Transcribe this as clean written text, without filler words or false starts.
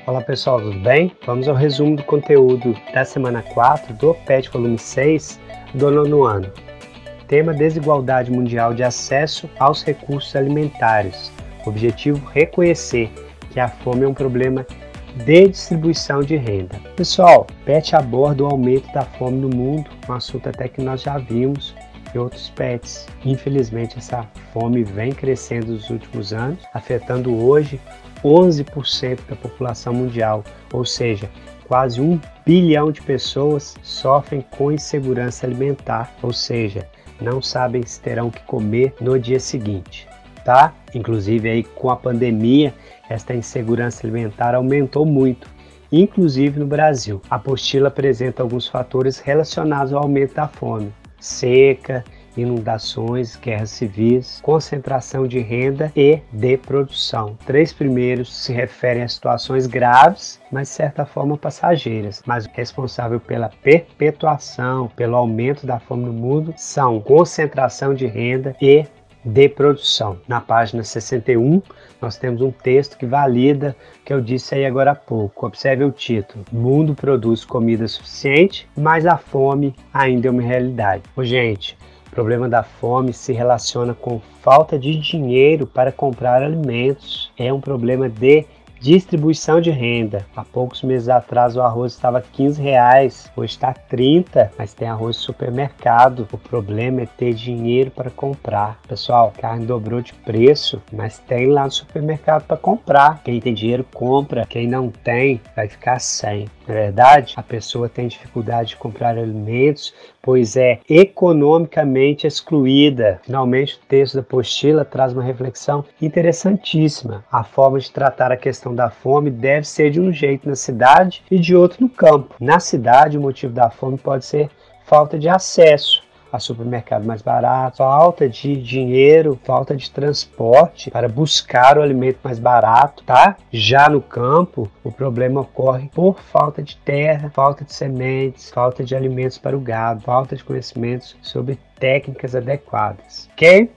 Olá pessoal, tudo bem? Vamos ao resumo do conteúdo da semana 4 do PET volume 6 do nono ano. Tema: desigualdade mundial de acesso aos recursos alimentares. Objetivo: reconhecer que a fome é um problema de distribuição de renda. Pessoal, PET aborda o aumento da fome no mundo, um assunto até que nós já vimos em outros PETs. Infelizmente, essa fome vem crescendo nos últimos anos, afetando hoje 11% da população mundial, ou seja, quase 1 bilhão de pessoas sofrem com insegurança alimentar, ou seja, não sabem se terão o que comer no dia seguinte, tá? Inclusive aí com a pandemia, esta insegurança alimentar aumentou muito, inclusive no Brasil. A apostila apresenta alguns fatores relacionados ao aumento da fome: seca, inundações, guerras civis, concentração de renda e de produção. Três primeiros se referem a situações graves, mas de certa forma passageiras, mas o responsável pela perpetuação, pelo aumento da fome no mundo, são concentração de renda e de produção. Na página 61, nós temos um texto que valida o que eu disse aí agora há pouco. Observe o título: o mundo produz comida suficiente, mas a fome ainda é uma realidade. Gente, o problema da fome se relaciona com falta de dinheiro para comprar alimentos. É um problema de distribuição de renda. Há poucos meses atrás o arroz estava R$15, hoje está R$30, mas tem arroz no supermercado. O problema é ter dinheiro para comprar. Pessoal, a carne dobrou de preço, mas tem lá no supermercado para comprar. Quem tem dinheiro compra, quem não tem vai ficar sem. Na verdade, a pessoa tem dificuldade de comprar alimentos, pois é economicamente excluída. Finalmente, o texto da apostila traz uma reflexão interessantíssima. A forma de tratar a questão da fome deve ser de um jeito na cidade e de outro no campo. Na cidade, o motivo da fome pode ser falta de acesso a supermercado mais barato, falta de dinheiro, falta de transporte para buscar o alimento mais barato, tá? Já no campo, o problema ocorre por falta de terra, falta de sementes, falta de alimentos para o gado, falta de conhecimentos sobre técnicas adequadas. Ok?